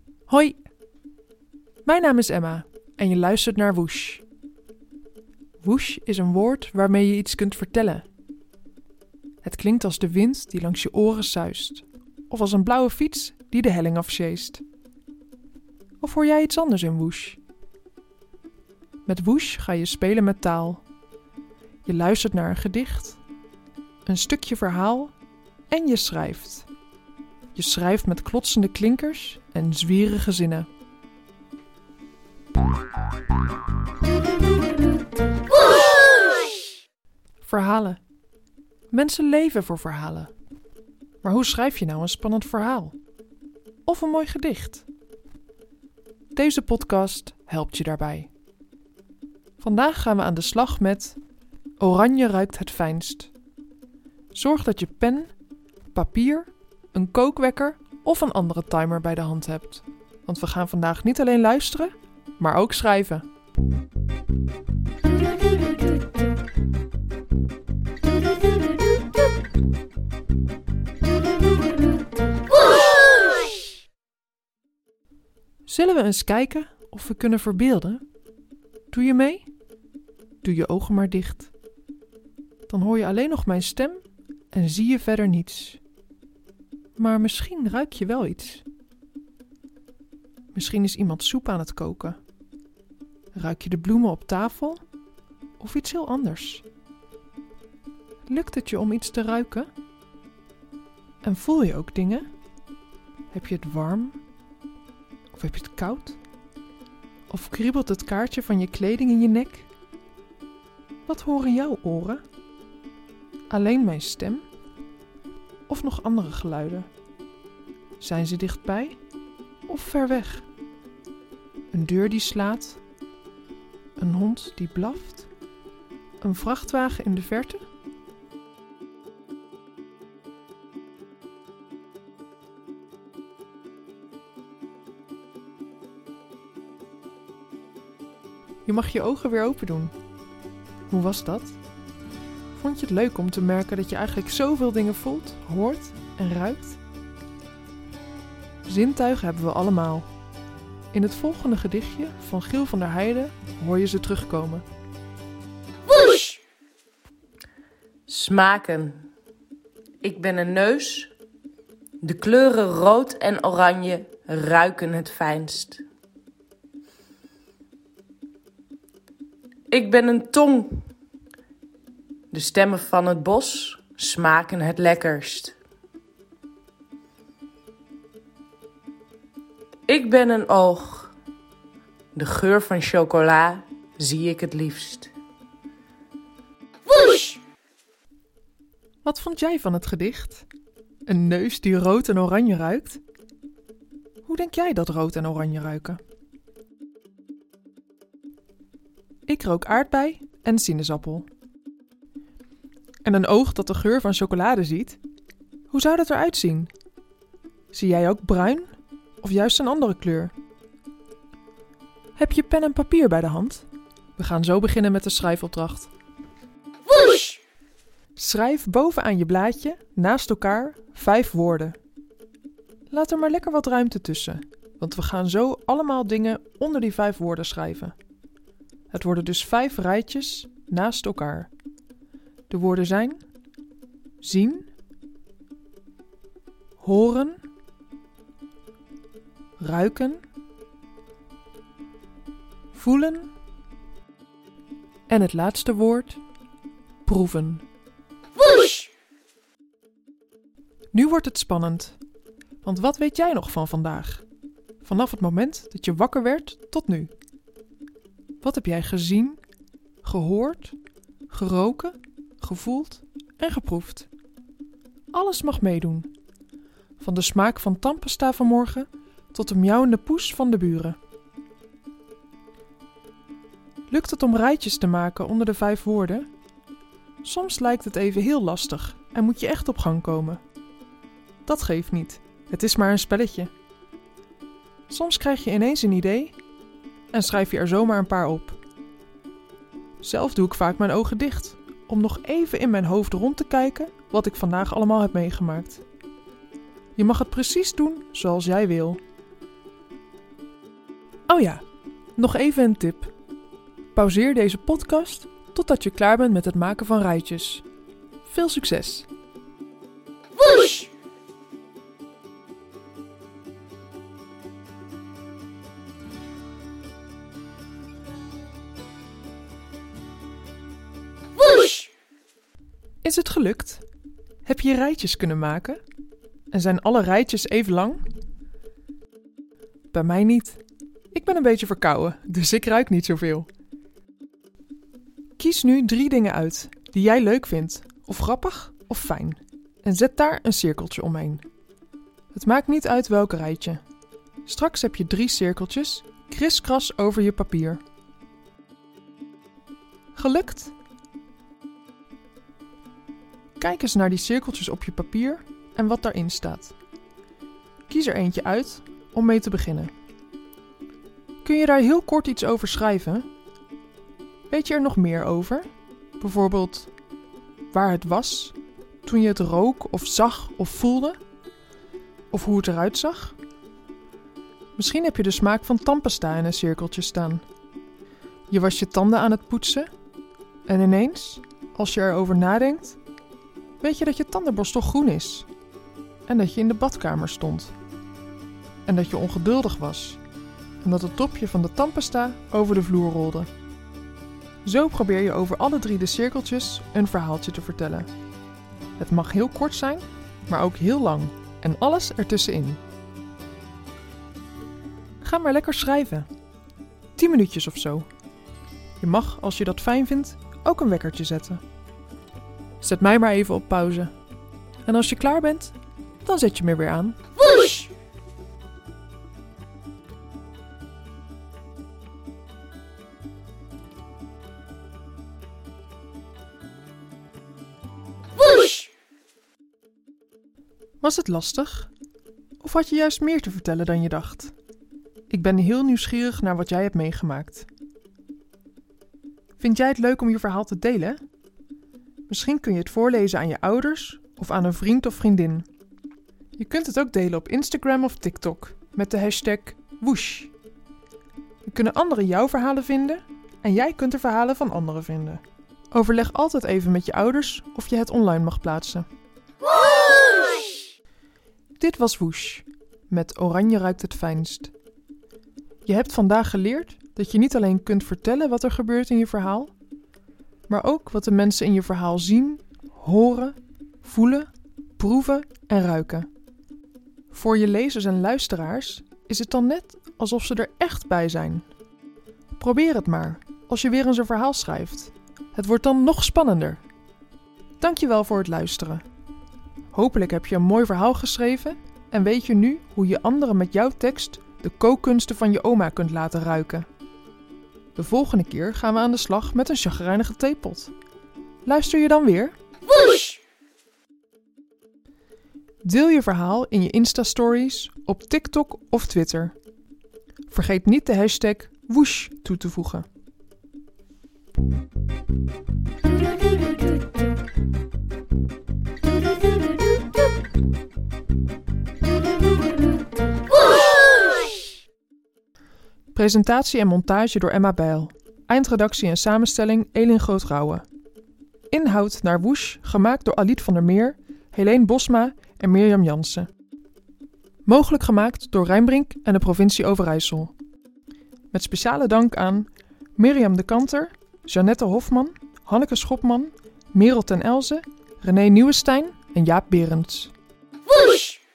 Hoi, mijn naam is Emma en je luistert naar Woesh. Woesh is een woord waarmee je iets kunt vertellen. Het klinkt als de wind die langs je oren suist, of als een blauwe fiets die de helling afsjeest. Of hoor jij iets anders in Woesh? Met Woesh ga je spelen met taal. Je luistert naar een gedicht, een stukje verhaal en je schrijft. Je schrijft met klotsende klinkers en zwierige zinnen. Woesh! Verhalen. Mensen leven voor verhalen. Maar hoe schrijf je nou een spannend verhaal? Of een mooi gedicht? Deze podcast helpt je daarbij. Vandaag gaan we aan de slag met Oranje ruikt het fijnst. Zorg dat je pen, papier, een kookwekker of een andere timer bij de hand hebt. Want we gaan vandaag niet alleen luisteren, maar ook schrijven. Woesh! Zullen we eens kijken of we kunnen verbeelden? Doe je mee? Doe je ogen maar dicht. Dan hoor je alleen nog mijn stem en zie je verder niets. Maar misschien ruik je wel iets. Misschien is iemand soep aan het koken. Ruik je de bloemen op tafel? Of iets heel anders? Lukt het je om iets te ruiken? En voel je ook dingen? Heb je het warm? Of heb je het koud? Of kriebelt het kaartje van je kleding in je nek? Wat horen jouw oren? Alleen mijn stem? Of nog andere geluiden? Zijn ze dichtbij of ver weg? Een deur die slaat? Een hond die blaft? Een vrachtwagen in de verte? Je mag je ogen weer open doen. Hoe was dat? Vond je het leuk om te merken dat je eigenlijk zoveel dingen voelt, hoort en ruikt? Zintuigen hebben we allemaal. In het volgende gedichtje van Giel van der Heijden hoor je ze terugkomen. Woesh! Smaken. Ik ben een neus. De kleuren rood en oranje ruiken het fijnst. Ik ben een tong. De stemmen van het bos smaken het lekkerst. Ik ben een oog. De geur van chocola zie ik het liefst. Woesh! Wat vond jij van het gedicht? Een neus die rood en oranje ruikt? Hoe denk jij dat rood en oranje ruiken? Ik rook aardbei en sinaasappel. En een oog dat de geur van chocolade ziet? Hoe zou dat eruit zien? Zie jij ook bruin of juist een andere kleur? Heb je pen en papier bij de hand? We gaan zo beginnen met de schrijfopdracht. Woesh! Schrijf bovenaan je blaadje, naast elkaar, 5 woorden. Laat er maar lekker wat ruimte tussen, want we gaan zo allemaal dingen onder die 5 woorden schrijven. Het worden dus 5 rijtjes naast elkaar. De woorden zijn zien, horen, ruiken, voelen en het laatste woord, proeven. Woesh! Nu wordt het spannend, want wat weet jij nog van vandaag? Vanaf het moment dat je wakker werd tot nu. Wat heb jij gezien, gehoord, geroken, gevoeld en geproefd? Alles mag meedoen. Van de smaak van tandpasta vanmorgen tot de miauwende poes van de buren. Lukt het om rijtjes te maken onder de 5 woorden? Soms lijkt het even heel lastig en moet je echt op gang komen. Dat geeft niet, het is maar een spelletje. Soms krijg je ineens een idee en schrijf je er zomaar een paar op. Zelf doe ik vaak mijn ogen dicht, om nog even in mijn hoofd rond te kijken wat ik vandaag allemaal heb meegemaakt. Je mag het precies doen zoals jij wil. Oh ja, nog even een tip. Pauzeer deze podcast totdat je klaar bent met het maken van rijtjes. Veel succes! Woesh! Woesh! Is het gelukt? Heb je rijtjes kunnen maken? En zijn alle rijtjes even lang? Bij mij niet. Ik ben een beetje verkouden, dus ik ruik niet zoveel. Kies nu 3 dingen uit die jij leuk vindt, of grappig of fijn. En zet daar een cirkeltje omheen. Het maakt niet uit welk rijtje. Straks heb je 3 cirkeltjes, kriskras over je papier. Gelukt? Kijk eens naar die cirkeltjes op je papier en wat daarin staat. Kies er eentje uit om mee te beginnen. Kun je daar heel kort iets over schrijven? Weet je er nog meer over? Bijvoorbeeld waar het was, toen je het rook of zag of voelde? Of hoe het eruit zag? Misschien heb je de smaak van tandpasta in een cirkeltje staan. Je was je tanden aan het poetsen en ineens, als je erover nadenkt, weet je dat je tandenborstel groen is. En dat je in de badkamer stond. En dat je ongeduldig was. En dat het dopje van de tandpasta over de vloer rolde. Zo probeer je over alle 3 de cirkeltjes een verhaaltje te vertellen. Het mag heel kort zijn, maar ook heel lang. En alles ertussenin. Ga maar lekker schrijven. 10 minuutjes of zo. Je mag, als je dat fijn vindt, ook een wekkertje zetten. Zet mij maar even op pauze. En als je klaar bent, dan zet je me weer aan. Woesh! Woesh! Was het lastig? Of had je juist meer te vertellen dan je dacht? Ik ben heel nieuwsgierig naar wat jij hebt meegemaakt. Vind jij het leuk om je verhaal te delen? Misschien kun je het voorlezen aan je ouders of aan een vriend of vriendin. Je kunt het ook delen op Instagram of TikTok met de hashtag Woosh. Dan kunnen anderen jouw verhalen vinden en jij kunt de verhalen van anderen vinden. Overleg altijd even met je ouders of je het online mag plaatsen. Woesh! Dit was Woosh, met Oranje ruikt het fijnst. Je hebt vandaag geleerd dat je niet alleen kunt vertellen wat er gebeurt in je verhaal, maar ook wat de mensen in je verhaal zien, horen, voelen, proeven en ruiken. Voor je lezers en luisteraars is het dan net alsof ze er echt bij zijn. Probeer het maar, als je weer eens een verhaal schrijft. Het wordt dan nog spannender. Dankjewel voor het luisteren. Hopelijk heb je een mooi verhaal geschreven en weet je nu hoe je anderen met jouw tekst de kookkunsten van je oma kunt laten ruiken. De volgende keer gaan we aan de slag met een chagrijnige theepot. Luister je dan weer? Woesh! Deel je verhaal in je Insta-stories, op TikTok of Twitter. Vergeet niet de hashtag Woosh toe te voegen. Woesh! Presentatie en montage door Emma Bijl. Eindredactie en samenstelling Elin Groot-Rauwe. Inhoud naar Woosh gemaakt door Aliet van der Meer, Helene Bosma en Mirjam Jansen. Mogelijk gemaakt door Rijnbrink en de provincie Overijssel. Met speciale dank aan Mirjam de Kanter, Jeannette Hofman, Hanneke Schopman, Merel ten Elze, René Nieuwenstein en Jaap Berends. Woesh!